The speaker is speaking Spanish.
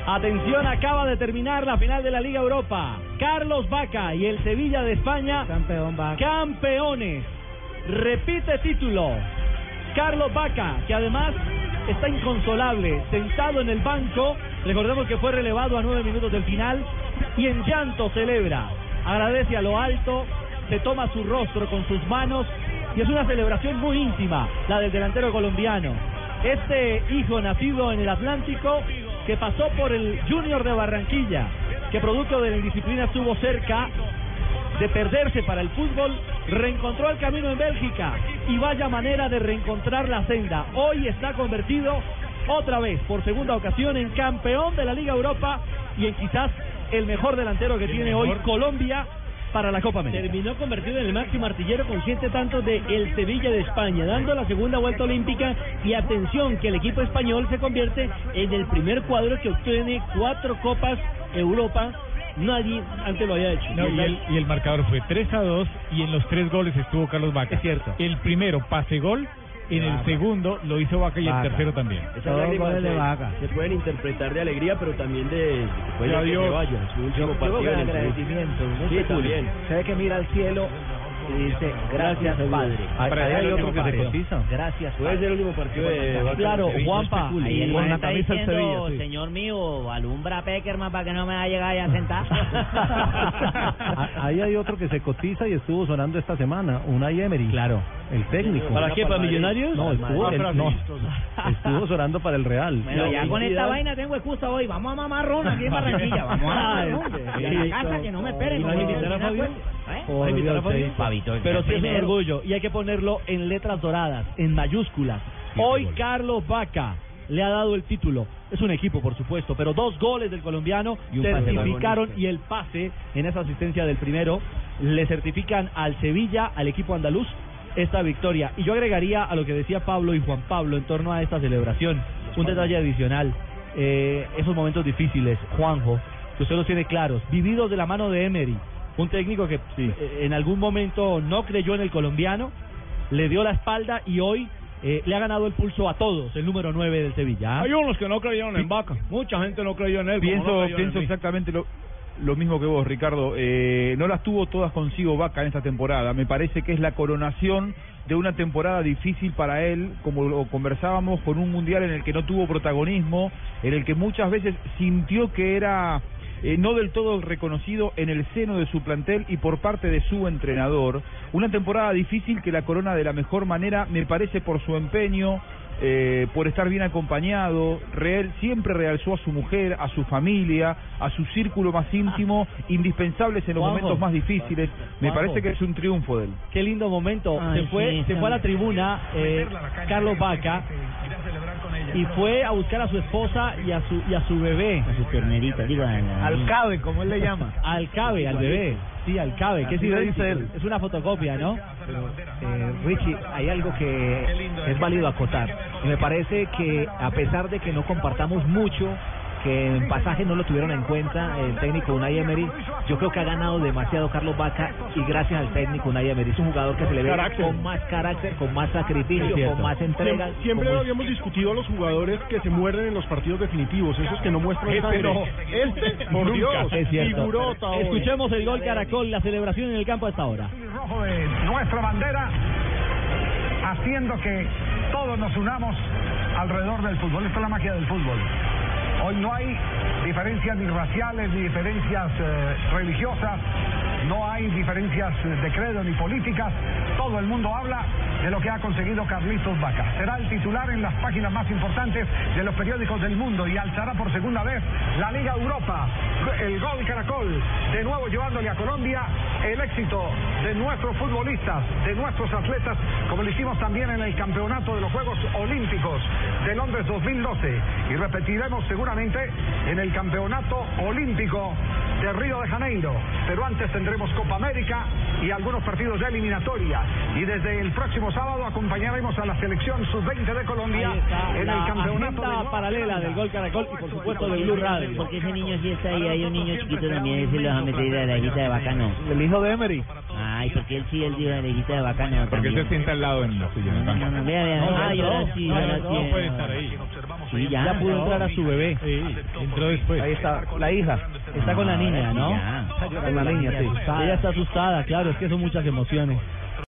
Atención, acaba de terminar la final de la Liga Europa. Carlos Vaca y el Sevilla de España, campeones. Repite título. Carlos Vaca, que además está inconsolable, sentado en el banco. Recordemos que fue relevado a 9 minutos del final y en llanto celebra. Agradece a lo alto, se toma su rostro con sus manos y es una celebración muy íntima, la del delantero colombiano. Este hijo nacido en el Atlántico, que pasó por el Junior de Barranquilla, que producto de la indisciplina estuvo cerca de perderse para el fútbol, reencontró el camino en Bélgica y vaya manera de reencontrar la senda. Hoy está convertido otra vez, por segunda ocasión, en campeón de la Liga Europa y en quizás el mejor delantero que tiene hoy Colombia para la Copa América. Terminó convertido en el máximo artillero con 7 tantos de el Sevilla de España, dando la segunda vuelta olímpica. Y atención, que el equipo español se convierte en el primer cuadro que obtiene 4 Copas Europa. Nadie antes lo había hecho. No, y el marcador fue 3-2 y en los 3 goles estuvo Carlos Vaca. Es cierto. El primero, pase-gol. En el segundo lo hizo Vaca y el tercero también. Esas lágrimas se pueden interpretar de alegría, pero también de que se vaya. Su último partido de agradecimiento. Sí, también. Se ve que mira al cielo y dice, gracias, Padre. Ahí hay otro que se cotiza. Gracias, Puede ser el último partido de Vaca. Claro, Juanpa. Ahí el con la está camisa del diciendo, Sevilla, sí. Señor mío, alumbra Peckerman para que no me vaya a llegar ya a sentar. Ahí hay otro que se cotiza y estuvo sonando esta semana, Unai Emery. Claro. El técnico. ¿Para qué? ¿Para Millonarios? No, estuvo sonando para el Real. Bueno, ya con esta vaina tengo excusa hoy. Vamos a mamar ron aquí en Barranquilla. Vamos a mamar ron. En la casa, que no me esperen. ¿Vas a invitar a Fabio? ¿Vas a invitar a Fabio? Fabito, pero sí es un orgullo y hay que ponerlo en letras doradas, en mayúsculas. Hoy Carlos Vaca le ha dado el título. Es un equipo, por supuesto, pero 2 goles del colombiano certificaron, y el pase en esa asistencia del primero le certifican al Sevilla, al equipo andaluz, esta victoria. Y yo agregaría a lo que decía Pablo y Juan Pablo en torno a esta celebración un detalle adicional. Esos momentos difíciles, Juanjo, que usted los tiene claros, vividos de la mano de Emery, un técnico que en algún momento no creyó en el colombiano, le dio la espalda y hoy le ha ganado el pulso a todos, el número 9 del Sevilla. Hay unos que no creyeron en Vaca, mucha gente no creyó en él. Pienso exactamente lo mismo que vos, Ricardo. No las tuvo todas consigo Vaca en esta temporada. Me parece que es la coronación de una temporada difícil para él, como lo conversábamos, con un mundial en el que no tuvo protagonismo, en el que muchas veces sintió que era no del todo reconocido en el seno de su plantel y por parte de su entrenador. Una temporada difícil que la corona de la mejor manera, me parece, por su empeño, por estar bien acompañado. Siempre realzó a su mujer, a su familia, a su círculo más íntimo, indispensables en los momentos más difíciles. Me parece que es un triunfo de él. Qué lindo momento. Se fue a la tribuna Carlos Vaca y fue a buscar a su esposa y a su bebé, a su ternerita, digo, al cabe, como él le llama. Al cabe, al bebé. Sí, al cabe. ¿Qué sí le dice él? Es una fotocopia, ¿no? Pero, Richie, hay algo que es válido acotar. Y me parece que, a pesar de que no compartamos mucho, que en pasaje no lo tuvieron en cuenta el técnico Unai Emery, yo creo que ha ganado demasiado Carlos Vaca, y gracias al técnico Unai Emery. Es un jugador que se le ve con más carácter, con más sacrificio, con más entrega. Siempre habíamos discutido a los jugadores que se muerden en los partidos definitivos, esos que no muestran sangre. Por Dios, es cierto. Figurota. Escuchemos el gol Caracol, la celebración en el campo a esta hora. Rojo de nuestra bandera, haciendo que todos nos unamos alrededor del fútbol. Esta es la magia del fútbol. Hoy no hay diferencias ni raciales, ni diferencias religiosas, no hay diferencias de credo ni políticas. Todo el mundo habla de lo que ha conseguido Carlitos Vaca. Será el titular en las páginas más importantes de los periódicos del mundo y alzará por segunda vez la Liga Europa. El gol Caracol, de nuevo llevándole a Colombia el éxito de nuestros futbolistas, de nuestros atletas, como lo hicimos también en el campeonato de los Juegos Olímpicos de Londres 2012. Y repetiremos seguramente en el campeonato olímpico de Río de Janeiro. Pero antes tendremos Copa América y algunos partidos de eliminatoria. Y desde el próximo sábado acompañaremos a la selección sub-20 de Colombia en el campeonato de paralela del gol Caracol y por supuesto del Blue Radio. Porque ese niño sí está ahí, hay un niño chiquito también, ese lo va a meter a la hijita de Vaca, no. El hijo de Emery. Ay, porque él dijo la hijita de Vaca, no. Porque él se sienta al lado en la silla. No, vea. Ay, ahora sí. No puede estar ahí. Sí, ya pudo entrar a su bebé. Sí, entró después. Ahí está la hija. Está con la niña, ¿no? Con la niña, sí. Ella está asustada, claro, es que son muchas emociones.